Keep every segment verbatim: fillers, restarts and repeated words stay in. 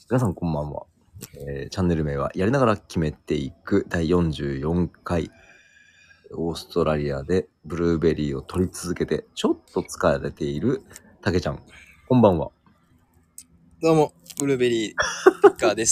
皆さんこんばんは、えーチャンネル名はやりながら決めていくだいよんじゅうよんかい。オーストラリアでブルーベリーを取り続けてちょっと疲れているたけちゃん、こんばんは。 どうも、ブルーベリーピッカーです。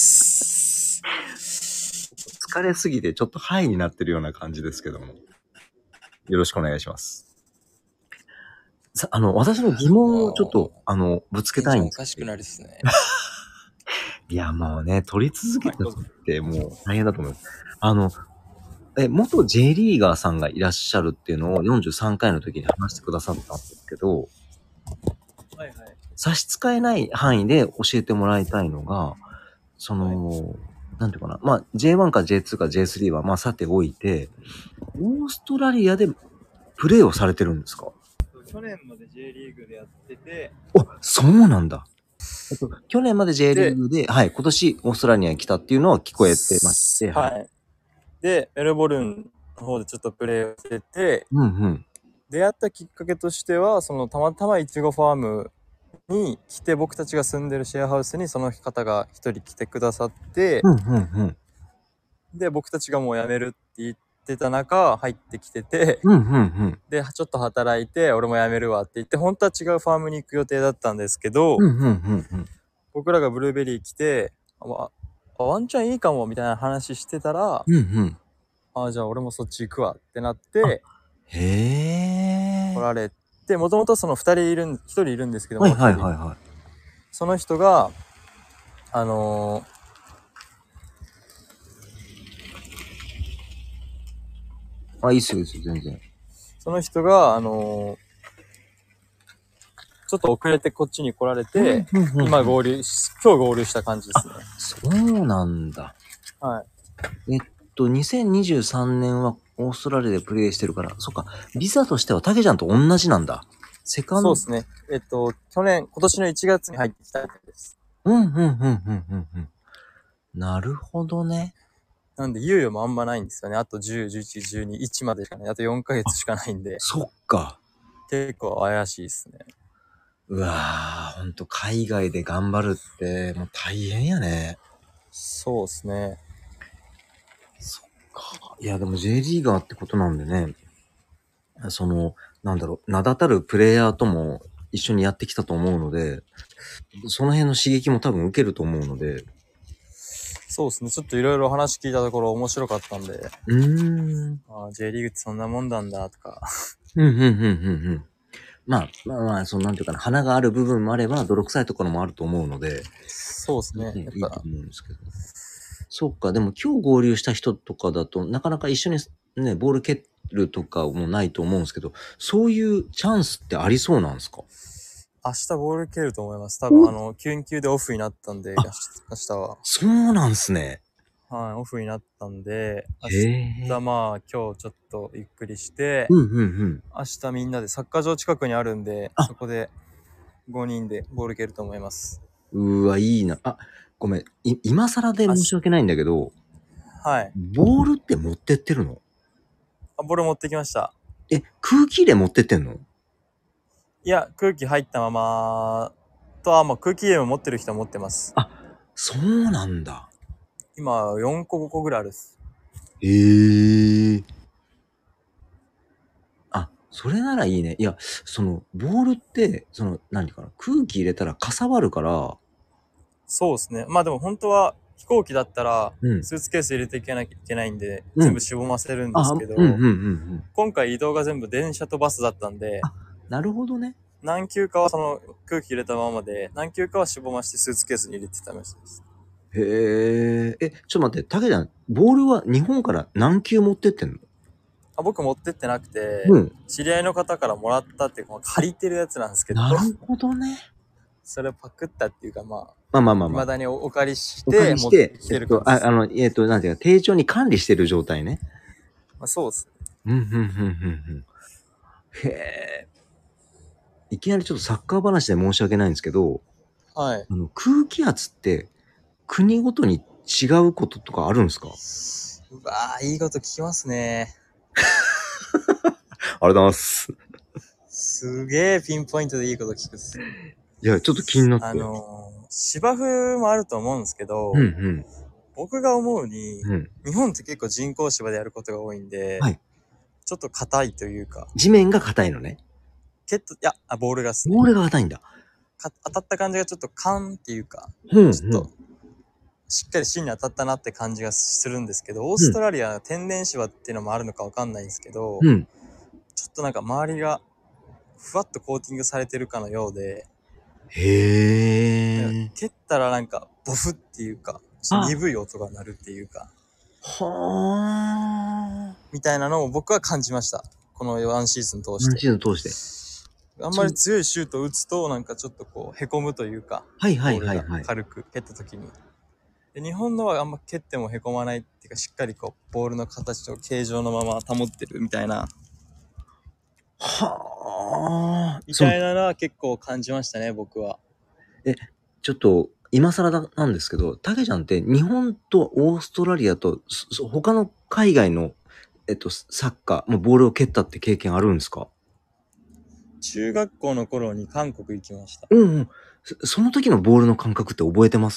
疲れすぎてちょっとハイになってるような感じですけども、よろしくお願いします。さあの私の疑問をちょっとあのぶつけたいんですテンションおかしくなるっすね。 いやもうね、取り続けてってもう大変だと思います。あのえ元 J リーガーさんがいらっしゃるっていうのをよんじゅうさんかいの時に話してくださったんですけど、 はいはい。 差し支えない範囲で教えてもらいたいのが、その、はい、なんていうかな、まあ ジェイワン か ジェイツー か ジェイスリー はまあさておいて、オーストラリアでプレーをされてるんですか？ 去年まで J リーグでやってて、 あ、そうなんだ。えっと、去年まで J リーグで、はい、今年オーストラリアに来たっていうのは聞こえてまして、 はい。はい、で、メルボルンの方でちょっとプレーをしてて、 うんうん。 出会ったきっかけとしては、そのたまたまイチゴファームに来て、僕たちが住んでるシェアハウスにその方が一人来てくださって、 うんうんうん。 で、僕たちがもう辞めるって言ってた中、入ってきてて、 うんうんうん。 で、ちょっと働いて、俺も辞めるわって言って、本当は違うファームに行く予定だったんですけど、 うんうんうんうん。 僕らがブルーベリー来て、あ、ワンチャンいいかもみたいな話してたら、 うんうん。 あ、じゃあ俺もそっち行くわってなって、 へー。 来られて、もともとその二人いるん、一人いるんですけども、 はいはい一人。 はいはい。 その人が、あのー、 あ、いいっすよいいっすよ、全然。 その人が、あのー、ちょっと遅れてこっちに来られて、 うんうんうんうん、 今合流し、今日合流した感じですね。 そうなんだ。 はい。 えっと、にせんにじゅうさんねんはオーストラリアでプレイしてるから、そっか、ビザとしてはタケちゃんと同じなんだ。セカンド。 そうですね。えっと、去年、今年のいちがつに入ってきたんです。 うんうんうんうんうんうん。なるほどね。 なんで、猶予もあんまないんですよね。あとじゅう、じゅういち、じゅうに、いちまでしかない。あとよんかげつしかないんで。 そっか。 結構怪しいですね。 うわぁ、ほんと海外で頑張るって、もう大変やね。 そうですね。 そっか。いや、でも J リーガーってことなんでね。その、なんだろう、名だたるプレイヤーとも一緒にやってきたと思うので、その辺の刺激も多分受けると思うので。 そうですね。ちょっといろいろ話聞いたところ面白かったんで。 うーん。 ああ、J リーグってそんなもんなんだとか。 うん、うん、うん、うん、うん。まあ、まあまあ、そのなんていうかな、花がある部分もあれば、泥臭いところもあると思うので、 そうですね。やっいいとぱ。 思うんですけど。そっか、でも今日合流した人とかだと、なかなか一緒にね、ボール蹴るとかもないと思うんですけど、そういうチャンスってありそうなんですか？ 明日ボール蹴ると思います。多分、あの、緊急でオフになったんで、明日は。 そうなんすね。 はい、オフになったんで、明へ日まあ、今日ちょっとゆっくりして、 うんうんうん。 明日みんなでサッカー場近くにあるんで、 あ、 そこでごにんでボール蹴ると思います。 うわ、いいな。あ、ごめん。い、今更で申し訳ないんだけど、 はい。 ボールって持ってってるの？ あ、ボール持ってきました。 え、空気入れ持ってってんの？ いや、空気入ったままと、あ、まあ、空気入れも持ってる人は持ってます。 あ、そうなんだ。 今、よんこごこぐらいあるっす。 へえ。あ、それならいいね。いや、その、ボールって、その、何かな、空気入れたらかさばるから、 そうですね。まあでも本当は飛行機だったら、 うん。 スーツケース入れていけなきゃいけないんで、 うん。 全部しぼませるんであ、 すうんけど、 うんうんうん。 今回移動が全部電車とバスだったんで、 あ、なるほどね。 何級かはその空気入れたままで、何級かはしぼましてスーツケースに入れてたみたいです。 へえ。え、ちょっと待って、たけちゃん、ボールは日本から何球持ってってんの？ あ、僕持ってってなくて、 うん。 知り合いの方からもらったっていうか、借りてるやつなんですけど、 なるほどね。 それをパクったっていうか、まあ、 まあまあまあまあ。 未だに お, お借りしお借て持ってりして、 きてるえっと、あ、 感じです。 あの、えっと、なんていうか、丁重に管理してる状態ね。 まあ、そうですね。 うん、うん、うん、うん、うん。へえ。いきなりちょっとサッカー話で申し訳ないんですけど、 はい。 あの、空気圧って国ごとに違うこととかあるんですか？ うわー、いいこと聞きますね。 ありがとうございます。 すげえピンポイントでいいこと聞くっす。 いや、ちょっと気になって。 あのー、 芝生もあると思うんですけど、 うんうん。 僕が思うに、 うん。 日本って結構人工芝でやることが多いんで、 はい。 ちょっと硬いというか、 地面が硬いのね。 ケット、いや、あ、ボールがですね。 ボールが硬いんだ。 か当たった感じがちょっとカンっていうか、 うんちょっとうん。 しっかり芯に当たったなって感じがするんですけど、オースうんトラリアは天然芝っていうのもあるのかわかんないんですけど、 うん。 ちょっとなんか周りがふわっとコーティングされてるかのようで、 へえ。 蹴ったらなんかボフっていうか、ちょっとあ、 鈍い音が鳴るっていうか、 はあ。 みたいなのを僕は感じました。このワンシーズン通しワンて。 シーズン通して。 あんまりそう。 強いシュートを打つと、なんかちょっとこう、へこむというか、 はいはいボールがはいはい。 軽く蹴った時に。で日本のはあんま蹴ってもへこまないっていうか、しっかりこう、ボールの形と形状のまま保ってるみたいな、 はあ。 みその、 たいなのは結構感じましたね、僕は。 え、ちょっと、今更だなんですけど、たけちゃんって日本とオーストラリアと、そそ他の海外の、えっと、サッカー、もうボールを蹴ったって経験あるんですか？ 中学校の頃に韓国行きました。 うんうん。そその時のボールの感覚って覚えてます？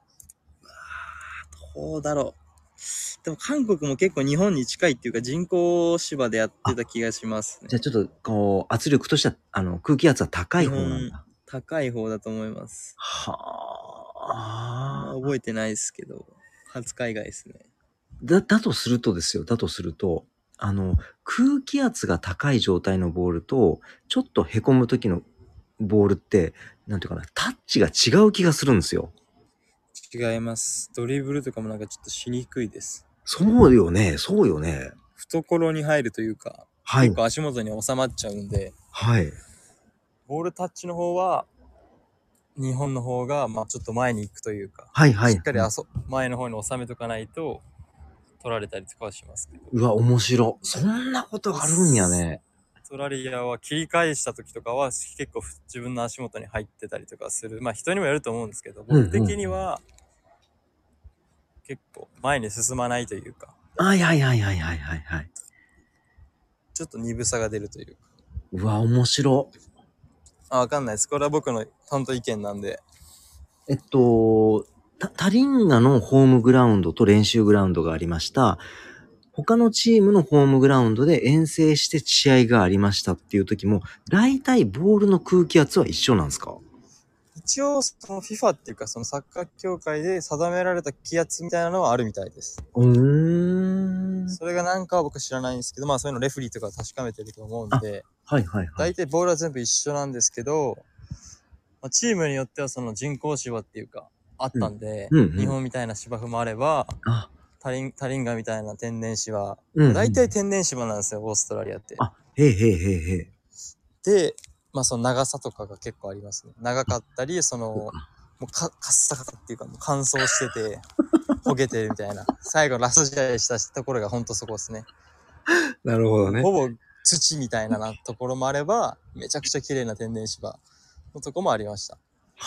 どうだろう。でも韓国も結構日本に近いっていうか人工芝でやってあ、 た気がしますね。 じゃあちょっと、こう、圧力としては、あの、空気圧は高い日本、 方なんだ。 高い方だと思います。あんまはあ。 覚えてないですけど、初海外ですね。 だ、だとするとですよ。だとすると、あの、空気圧が高い状態のボールと、ちょっと凹む時のボールって、なんていうかな、タッチが違う気がするんですよ。 違います。ドリブルとかもなんかちょっとしにくいです。 そうよね。そうよね。 懐に入るというか、 はい。 結構足元に収まっちゃうんで、 はい。 ボールタッチの方は、日本の方が、まあちょっと前に行くというか、 はいはいはい。 しっかりあそ前の方に収めとかないと、取られたりとかはしますけど。 うわ、面白。そんなことがあるんやね。 オーストラリアは切り返した時とかは結構自分の足元に入ってたりとかする。まあ人にもよると思うんですけど、 うん僕的にうん。 は結構前に進まないというか、 はいはいはいはいはいはいはい。 ちょっと鈍さが出るというか。 うわ、面白。 あ、わかんないです。これは僕の担当意見なんで。 えっと、タタリンガのホームグラウンドと練習グラウンドがありました。他のチームのホームグラウンドで遠征して試合がありましたっていう時も、大体ボールの空気圧は一緒なんですか？ 一応、その FIFA っていうか、そのサッカー協会で定められた気圧みたいなのはあるみたいです。 うーん。 それが何かは僕知らないんですけど、まあそういうのレフリーとか確かめてると思うんあ、 で、 はいはいはい。 大体ボールは全部一緒なんですけど、まあ、チームによってはその人工芝っていうか、あっうん。 たんで、 うんうん。 日本みたいな芝生もあれば、 あ、 タリン、タリンガみたいな天然芝。 うんう大体ん。 天然芝なんですよ、オーストラリアって。 あ、へえへえへえへえ。 で、まあその長さとかが結構ありますね。長かったり、その、 そうか。 もうか、カッサカサっていうか、もう乾燥してて、焦げてるみたいな。最後ラスト試合したところがほんとそこですね。 なるほどね。 もうほぼ土みたいななところもあれば、めちゃくちゃ綺麗な天然芝のとこもありました。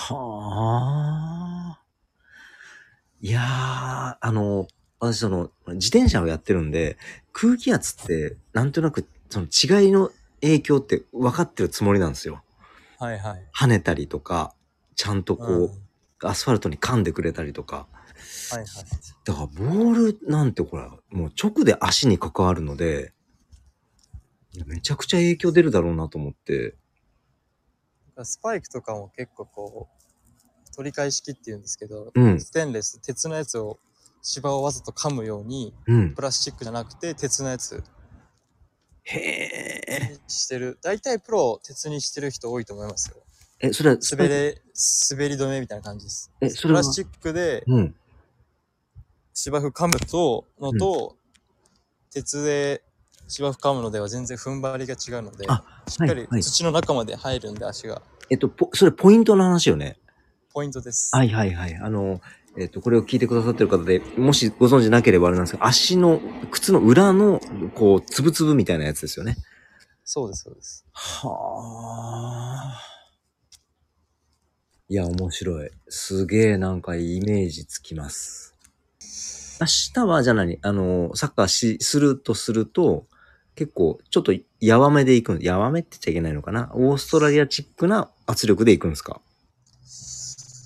はあ。いやー、あの、私その、自転車をやってるんで、空気圧って、なんとなく、その違いの影響って分かってるつもりなんですよ。 はいはい。 跳ねたりとか、ちゃんとうん。 こう、アスファルトに噛んでくれたりとか。 はいはい。 だから、ボールなんてほら、もう直で足に関わるので、いやめちゃくちゃ影響出るだろうなと思って。 スパイクとかも結構こう、取り返し機って言うんですけど、 うん、 ステンレス、鉄のやつを、芝をわざと噛むように、 うん。 プラスチックじゃなくて鉄のやつへえ。 にしてる。大体プロ鉄にしてる人多いと思いますよ。 え、それはスパイク、 滑れ、滑り止めみたいな感じです。 え、それは、 プラスチックでうん、 芝生噛むと、のうん。 と、鉄で芝生噛むのでは全然踏ん張りが違うので、 あ、 しっかはい、はい。 り土の中まで入るんで足が。 えっと、ポそれポイントの話よね。 ポイントです。 はいはいはい。あの、えっと、これを聞いてくださってる方で、もしご存知なければあれなんですけど、足の、靴の裏の、こう、つぶつぶみたいなやつですよね。 そうです、そうです。 はあ。いや、面白い。すげえなんかイメージつきます。明日はじゃあ何あの、サッカーし、するとすると、結構、ちょっと、やわめでいくん、やわめって言っちゃいけないのかなオーストラリアチックな圧力でいくんですか？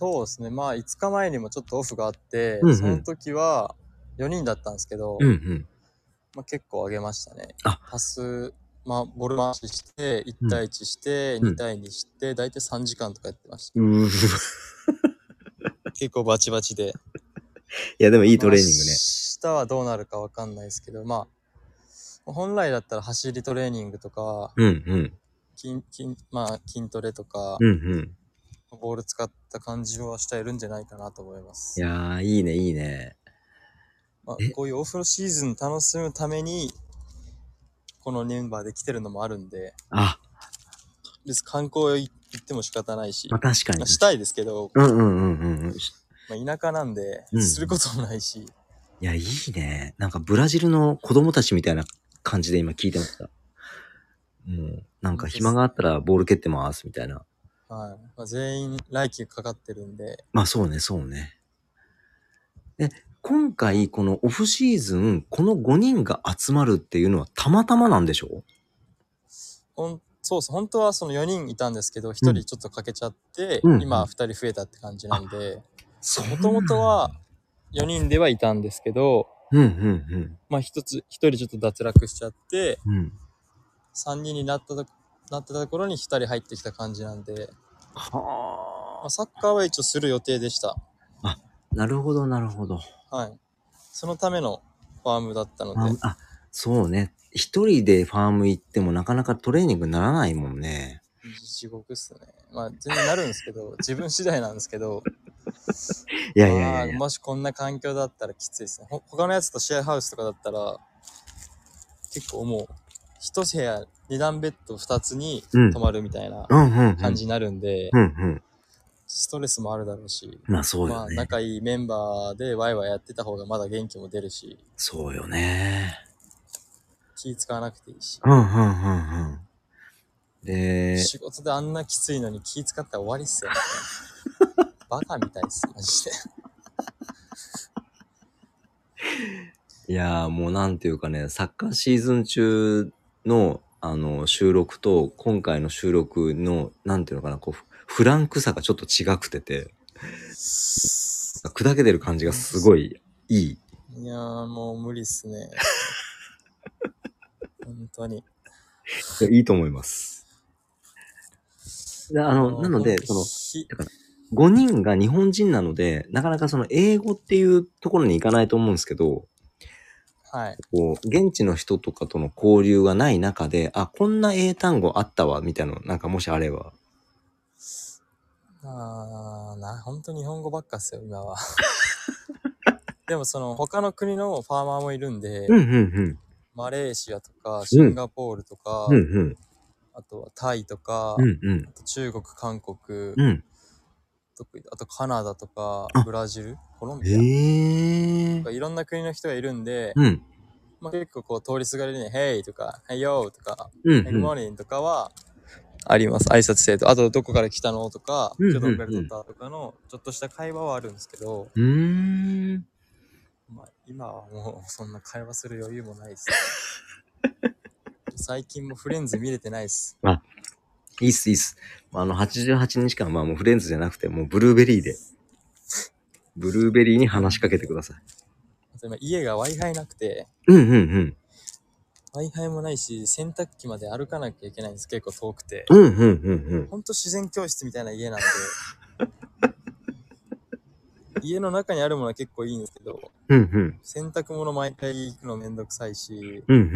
そうですね。まあ、いつかまえにもちょっとオフがあって、 うんうんその時はよにんだったんですけど、 うんうん。 まあ、結構上げましたね。 あ、 パス、まあ、ボール回しして、いちうん。 対いちして、 うん。 に対にして、だいたいさんじかんとかやってました。 うー。 結構バチバチで。 いや、でもいいまあ、 トレーニングね。 明日はどうなるかわかんないですけど、まあ、本来だったら走りトレーニングとか、 うんうん。 筋、筋、まあ、筋トレとか、 うんうん。 ボール使った感じを明日やるんじゃないかなと思いまいす。 やー、いいね、いいね。 まあ、 え、 こういうオフのシーズン楽しむために、このメンバーで来てるのもあるんで、 あ、 別に観光行っても仕方ないし、 まあ確かに。 まあ、したいですけど、 うんうんうんうんうん。 まあ、田舎なんで、 うんすることもないし、 いや、いいね。なんかブラジルの子供たちみたいな感じで今聞いてました。もう、なんか暇があったらボール蹴ってますみたいな。 はい。まあ、全員来季かかってるんで、 まあそうね、そうね。で、今回このオフシーズン、このごにんが集まるっていうのはたまたまなんでしょほん、そうそう、本当はそのよにんいたんですけど、 うひとんりちょっと欠けちゃって、 うんうん今ふたり増えたって感じなんで、 そうもともとはよにんではいたんですけど、 うんうんまあ一つ、一人ちょっと脱落しちゃって、 うん。うん。 さんにんになったと、なってたところにふたり入ってきた感じなんで、 はまあ、サッカーは一応する予定でした。 あ。あ、なるほどなるほど。 はい。そのためのファームだったので、 あ、あそうね。一人でファーム行ってもなかなかトレーニングにならないもんね。 地獄っすね。まあ全然なるんですけど、自分次第なんですけど、 いやいやいまあやいや。 もしこんな環境だったらきついですね。ほ他のやつとシェアハウスとかだったら、結構もう、一部屋二段ベッド二つにうん泊まるみたいなうんうんうん。 感じになるんで、 うんうん。 ストレスもあるだろうし、 まあそうまあよね。 仲いいメンバーでワイワイやってた方がまだ元気も出るし、 そうよね。 気使わなくていいし。 うんうんうんうん。で、 仕事であんなきついのに気使ったら終わりっすよね。バカみたいっす、マジで。 いやーもうなんていうかね、サッカーシーズン中のあの収録と今回の収録のなんていうのかな、こうフランクさがちょっと違くてて、砕けてる感じがすごいいい。 いやーもう無理っすね。本当に。 いいと思います。であの、なので、その、 ひだからごにんが日本人なので、なかなかその英語っていうところに行かないと思うんですけど、 はい。 こう、現地の人とかとの交流がない中で、あ、こんな英単語あったわ、みたいなの、なんかもしあれば。 あーな、本当日本語ばっかっすよ、今は。でもその他の国のファーマーもいるんで、 うん、うん、うん。 マレーシアとかシンガポールとか、 うん、うん。 あとはタイとか、 うん、うん。 あと中国、韓国、 うん。 あとカナダとかあブラジル、コロンビア、 へえ。 いろんな国の人がいるんで、 うん。 まあ、結構こう通りすがりに「Hey」とか「Hey yo」とかうん、 「Hey good うん。 morning」とかはあります。挨拶程度。あと、どこから来たのとか、 うん今日どんぐらいうん取ったとかの、ちょっとした会話はあるんですけど、 うん。うーん。 まあ、今はもう、そんな会話する余裕もないです。最近もフレンズ見れてないです。 あ、いいっす、いいっす。あの、はちじゅうはちにちかんはもうフレンズじゃなくて、もうブルーベリーで、ブルーベリーに話しかけてください。 今、家が Wi-Fi なくて、 うんうんうん。 Wi-Fi もないし、洗濯機まで歩かなきゃいけないんです。結構遠くて。 うんうんうんうん。 ほんと自然教室みたいな家なんで、家の中にあるものは結構いいんですけど、 うんうん。 洗濯物毎回行くのめんどくさいし、 うんうん。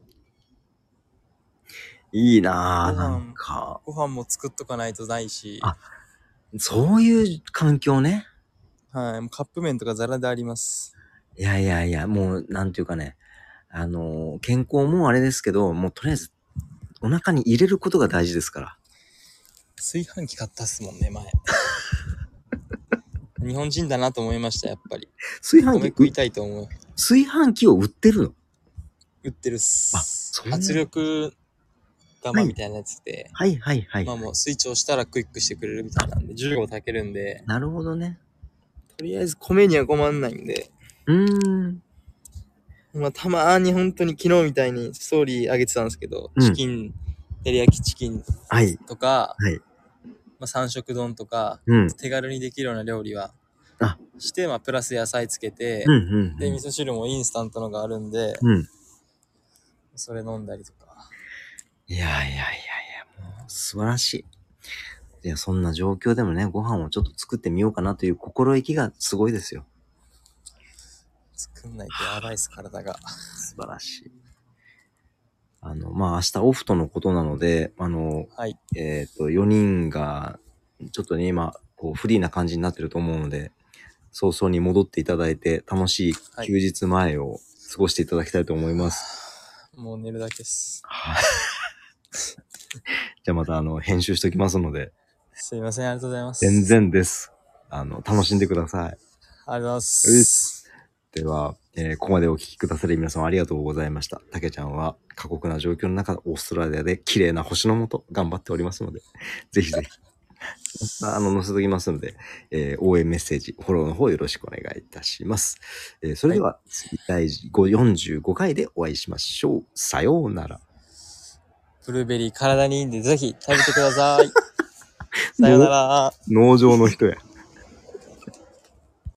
いいなぁ、 ご飯なんか。 ご飯も作っとかないとないし、 あ、そういう環境ね。 はい、もうカップ麺とかザラであります。 いやいやいや、もう、なんていうかね、あの、健康もあれですけど、もうとりあえず、お腹に入れることが大事ですから。 炊飯器買ったっすもんね、前。日本人だなと思いました、やっぱり。 炊飯器、 米食いたいと思う。 炊飯器を売ってるの？ 売ってるっあ、 す。 そんな圧力釜みたいなやつで、 はいはいはい。 まあもうスイッチ押したらクイックしてくれるみたいなんで、じゅうご炊けるんで、 なるほどね。 とりあえず米には困んないんで、 うーん。 まあたまーに本当に昨日みたいにストーリー上げてたんですけど、 うんチキン、照り焼きチキンはい。 とか、 はい。 まあ、三色丼とか、 うん。 手軽にできるような料理はあ、 して、まあ、プラス野菜つけて、 うんうんで、味噌汁もインスタントのがあるんで、 うん。うん。 それ飲んだりとか。 いやいやいやいや、もう素晴らしい。いや、そんな状況でもね、ご飯をちょっと作ってみようかなという心意気がすごいですよ。 作んないとやばいっす、体が。 素晴らしい。あの、まあ、明日オフとのことなので、あの、 はい。 えっと、よにんが、ちょっとね、今、こう、フリーな感じになってると思うので、早々に戻っていただいて、楽しい休日前を過ごしていただきたいと思います。 もう寝るだけっす。 はい。じゃあまた、あの、編集しておきますので。 すいません、ありがとうございます。 全然です。あの、楽しんでください。 ありがとうございます。 では、えーここまでお聞きくださり皆様ありがとうございました。たけちゃんは過酷な状況の中、オーストラリアで綺麗な星の下頑張っておりますので、ぜひぜひ、あの、載せときますので、えー応援メッセージ、フォローの方よろしくお願いいたします。えーそれでは、次、だいよんじゅうごかいでお会いしましょう。さようなら。 ブルーベリー体にいいんで、ぜひ食べてください。さよなら。 農場の人や。